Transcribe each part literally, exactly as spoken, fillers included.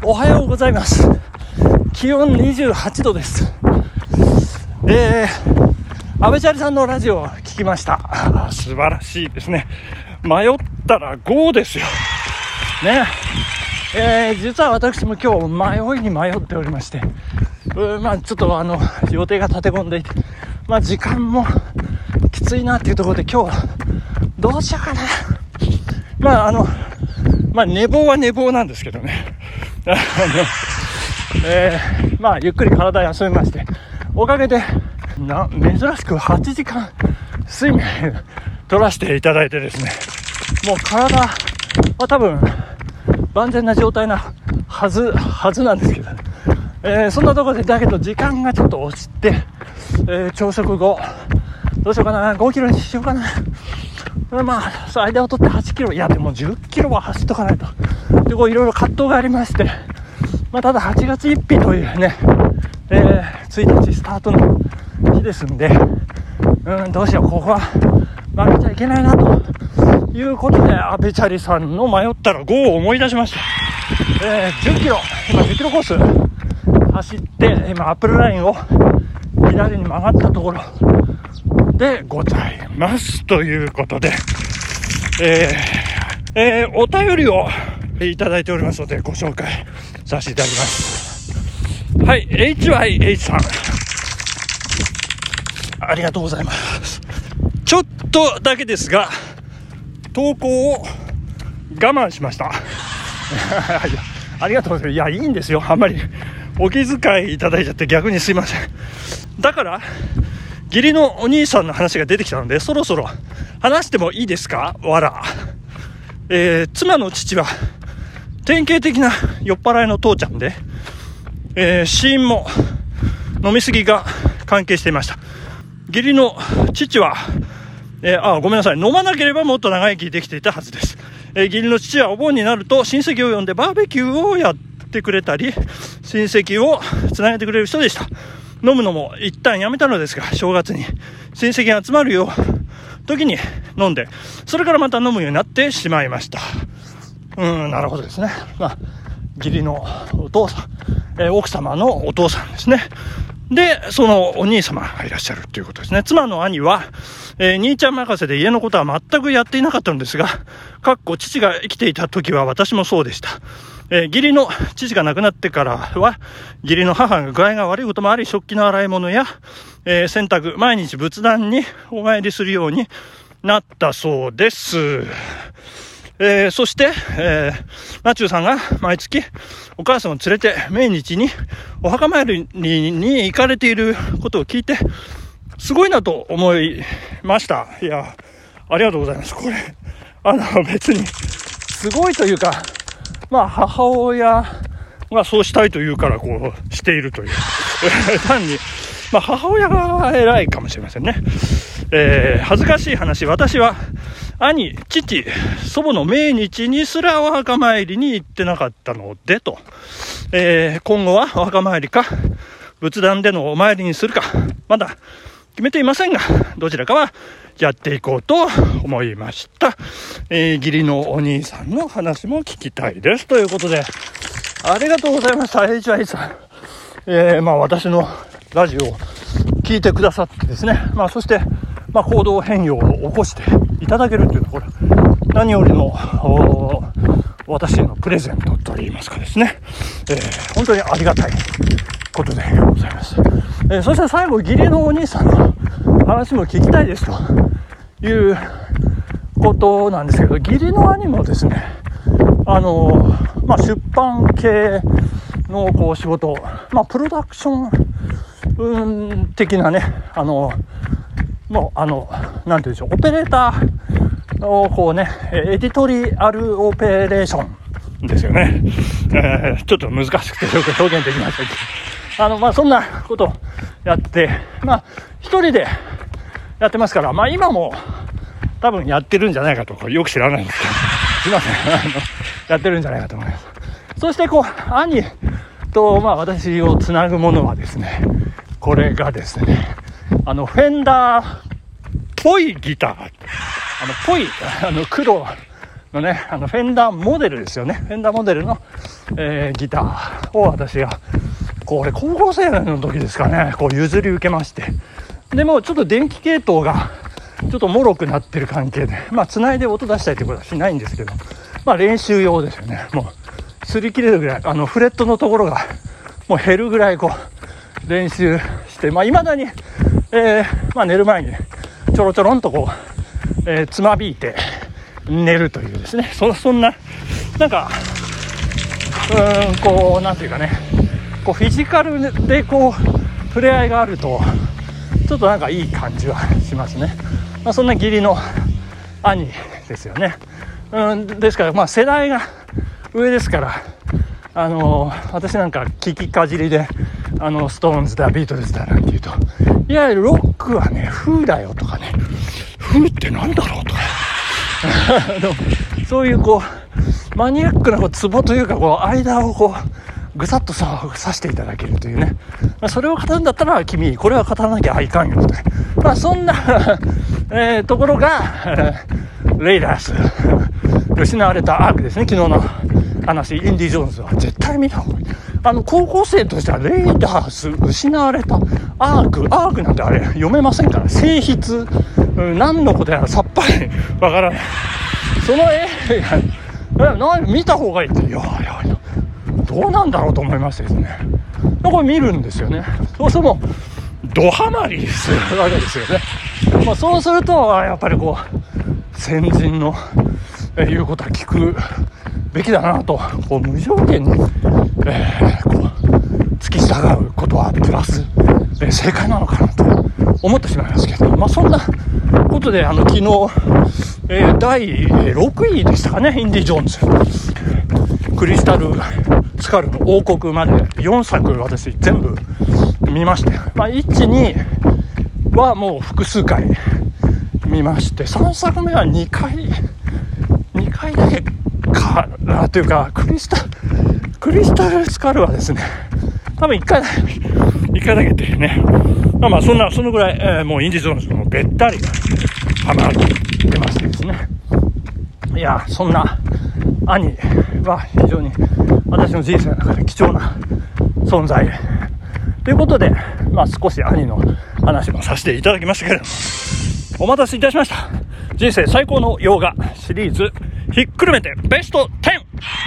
おはようございます。気温にじゅうはちどです。えー、安倍チャリさんのラジオを聞きました。素晴らしいですね。迷ったらゴーですよね。えー、実は私も今日迷いに迷っておりまして、うまあちょっとあの予定が立て込んでいて、まあ時間もきついなっていうところで、今日はどうしようかな。まああのまあ寝坊は寝坊なんですけどねあの、えー、まあゆっくり体休めまして、おかげでな珍しくはちじかん睡眠取らせていただいてですね、もう体は多分万全な状態なはずはずなんですけどね、えー、そんなところでだけど時間がちょっと落ちて、えー、朝食後どうしようかな、ごキロにしようかな、まあ間を取ってはちキロ、いやでもじゅっキロは走っとかないとで、こういろいろ葛藤がありまして、まあ、ただはちがつついたちというね、えー、ついたちスタートの日ですんで、うん、どうしよう、ここは負けちゃいけないなということで、安倍チャリさんの迷ったらゴーを思い出しました。えー、じゅっキロ、今じゅっキロコース走って、今アップルラインを左に曲がったところでございますということで、えーえー、お便りをいただいておりますのでご紹介させていただきます。はい、 エイチワイエイチ さん、ありがとうございます。ちょっとだけですが投稿を我慢しましたありがとうございます。いや、いいんですよ、あんまりお気遣いいただいちゃって逆にすいません。だから義理のお兄さんの話が出てきたので、そろそろ話してもいいですか。わら、えー、妻の父は典型的な酔っ払いの父ちゃんで、えー、死因も飲みすぎが関係していました。義理の父は、えー、あごめんなさい飲まなければもっと長生きできていたはずです。えー、義理の父はお盆になると親戚を呼んでバーベキューをやってくれたり、親戚をつなげてくれる人でした。飲むのも一旦やめたのですが、正月に親戚が集まるよう時に飲んで、それからまた飲むようになってしまいました。うーん、なるほどですね。まあ義理のお父さん、えー、奥様のお父さんですね。でそのお兄様がいらっしゃるということですね。妻の兄は、えー、兄ちゃん任せで家のことは全くやっていなかったのですが、かっこ父が生きていた時は私もそうでした。えー、義理の父が亡くなってからは義理の母が具合が悪いこともあり、食器の洗い物や、えー、洗濯、毎日仏壇にお参りするようになったそうです。えー、そして、えー、マチューさんが毎月お母さんを連れて命日にお墓参り に, に行かれていることを聞いてすごいなと思いました。いや、ありがとうございます。これあの別にすごいというか、まあ母親がそうしたいというからこうしているという単に、まあ、母親が偉いかもしれませんね。えー、恥ずかしい話、私は兄、父、祖母の命日にすらお墓参りに行ってなかったのでと、えー、今後はお墓参りか仏壇でのお参りにするかまだ決めていませんが、どちらかはやっていこうと思いました。えー、義理のお兄さんの話も聞きたいですということで、ありがとうございました。 エイチワイ さん、えー、まあ私のラジオを聞いてくださってですね、まあそしてまあ行動変容を起こしていただけるというところ、何よりの私へのプレゼントといいますかですね、えー、本当にありがたいことでございます。えー、そして最後、義理のお兄さんの話も聞きたいですということなんですけど、義理の兄もですね、あのー、まあ出版系のこう仕事、まあプロダクション、うん、的なね、あのーもうあのなんていうんでしょう、オペレーターのこうね、エディトリアルオペレーションですよね。えー、ちょっと難しくてよく表現できませんけど、あのまあそんなことをやって、まあ一人でやってますから、まあ今も多分やってるんじゃないかと、よく知らないんですけど、すいません、あのやってるんじゃないかと思います。そしてこう兄とまあ私をつなぐものはですね、これがですね、あのフェンダーっぽいギター、あのぽいあの黒のね、あのフェンダーモデルですよね。フェンダーモデルの、えー、ギターを私がこれ高校生の時ですかね、こう譲り受けまして、でもうちょっと電気系統がちょっと脆くなってる関係で、まあ繋いで音出したりということはしないんですけど、まあ練習用ですよね。もう擦り切れるぐらい、あのフレットのところがもう減るぐらいこう練習して、まあ未だに、えー、まあ寝る前にちょろちょろんとこう、えー、つまびいて寝るというですね、そそんななんかうーんこうなんていうかね、こうフィジカルでこう触れ合いがあるとちょっとなんかいい感じはしますね。まあ、そんな義理の兄ですよね。うんですからまあ世代が上ですから、あのー、私なんか聞きかじりであのストーンズだビートルズだなんて言うと、いわゆるロックはね風だよとかね、風ってなんだろうとかそういうこうマニアックなこうツボというかこう間をこうぐさっとさ刺していただけるというね、まあ、それを語るんだったら君これは語らなきゃいかんよと、まあ、そんな、えー、ところがレイダース失われたアークですね。昨日の話インディ・ジョーンズは絶対見た方がいい。あの高校生としてはレイダース失われたアークアークなんてあれ読めませんから、性質、うん、何のことやらさっぱりわからない。その映画な見た方がいいって、いやいやいやどうなんだろうと思いましてですね、これ見るんですよね。そうするともうドハマりするわけですよね。まあ、そうするとやっぱりこう先人の言うことは聞くべきだなと、こう無条件に、えー、こう付き従うことはプラス、えー、正解なのかなと思ってしまいますけど、まあ、そんなことであの昨日、えー、だいろくいでしたかね、インディ・ジョーンズクリスタルスカルの王国までよんさく私全部見まして、まあ、いち、にはもう複数回見まして、さんさくめはにかいにかいだけかなというか、クリスタクリスタルスカルはですね多分いっかいだけいっかいだけってね、まあまあそんなそのぐらい、えー、もうインディ・ジョーンズもべったりハマってましてですね、いやそんな兄は非常に私の人生の中で貴重な存在ということで、まあ少し兄の話もさせていただきましたけれども、お待たせいたしました。人生最高の洋画シリーズひっくるめてベストじゅう。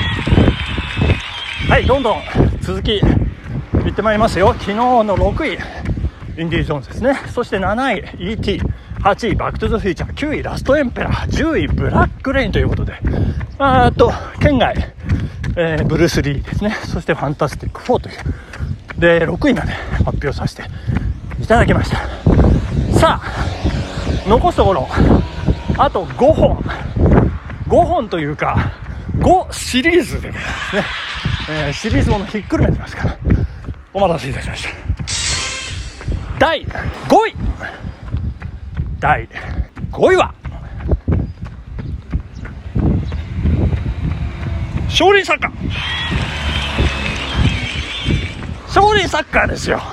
はい、どんどん続きいってまいりますよ。昨日のろくいインディ・ジョーンズですね。そしてなな い イーティー、はちいバックトゥザフューチャー、きゅういラストエンペラー、じゅういブラックレインということで、あと県外、えー、ブルース・リーですね。そしてファンタスティックフォーというでろくいまで発表させていただきました。さあ残すところあとごほんごほんというかごシリーズでございますね、えー、シリーズものひっくるめてますからお待たせいたしました。だいごいだいごいは少林サッカー少林サッカーですよ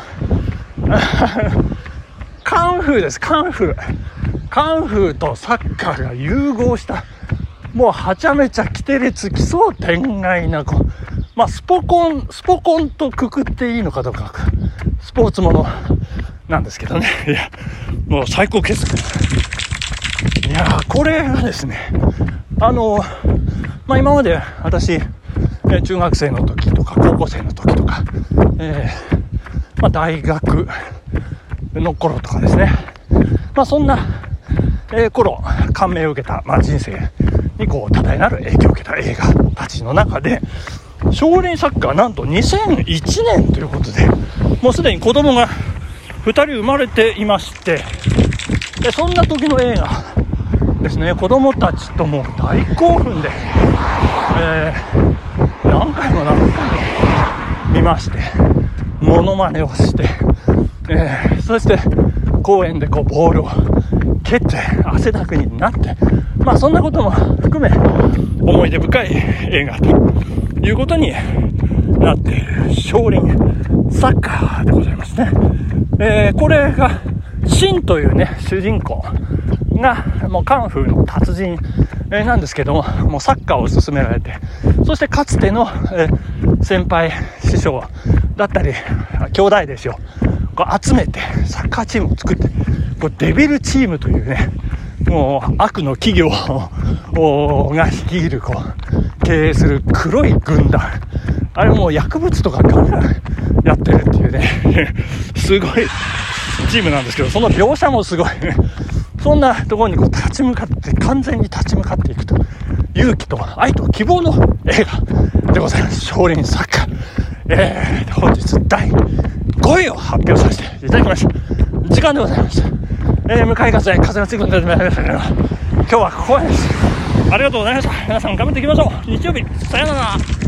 カンフーです。カンフーカンフーとサッカーが融合したもうはちゃめちゃ奇て烈奇想天外なこう、まあ、スポコンスポコンとくくっていいのかどうかスポーツものなんですけどね、いやもう最高傑作。いやこれがですねあのまあ今まで私中学生の時とか高校生の時とか、えーまあ、大学の頃とかですね、まあそんな、えー、頃感銘を受けた、まあ、人生にこう多大なる影響を受けた映画たちの中で少林サッカーなんとにせんいちねんということでもうすでに子供がふたり生まれていまして、でそんな時の映画ですね、子供たちとも大興奮で、えー、何回も何回も見ましてモノマネをして、えー、そして公園でこうボールを蹴って汗だくになって、まあそんなことも含め思い出深い映画ということになっている少林サッカーでございますね。えー、これがシンというね主人公がもうカンフーの達人えー、なんですけども、もうサッカーを勧められて、そしてかつての、えー、先輩師匠だったり兄弟弟子をこう集めてサッカーチームを作って、こうデビルチームというね、もう悪の企業が率いるこう経営する黒い軍団、あれもう薬物とかガンガンやってるっていうねすごいチームなんですけど、その描写もすごいね。そんなところにこう立ち向かって、完全に立ち向かっていくと、勇気と愛と希望の映画でございます。少林サッカー、えー、本日だいごいを発表させていただきました。時間でございました。えー、向かい風風が強くなってまいりましたけど、今日はここまでです。ありがとうございました。皆さん頑張っていきましょう。日曜日さよなら。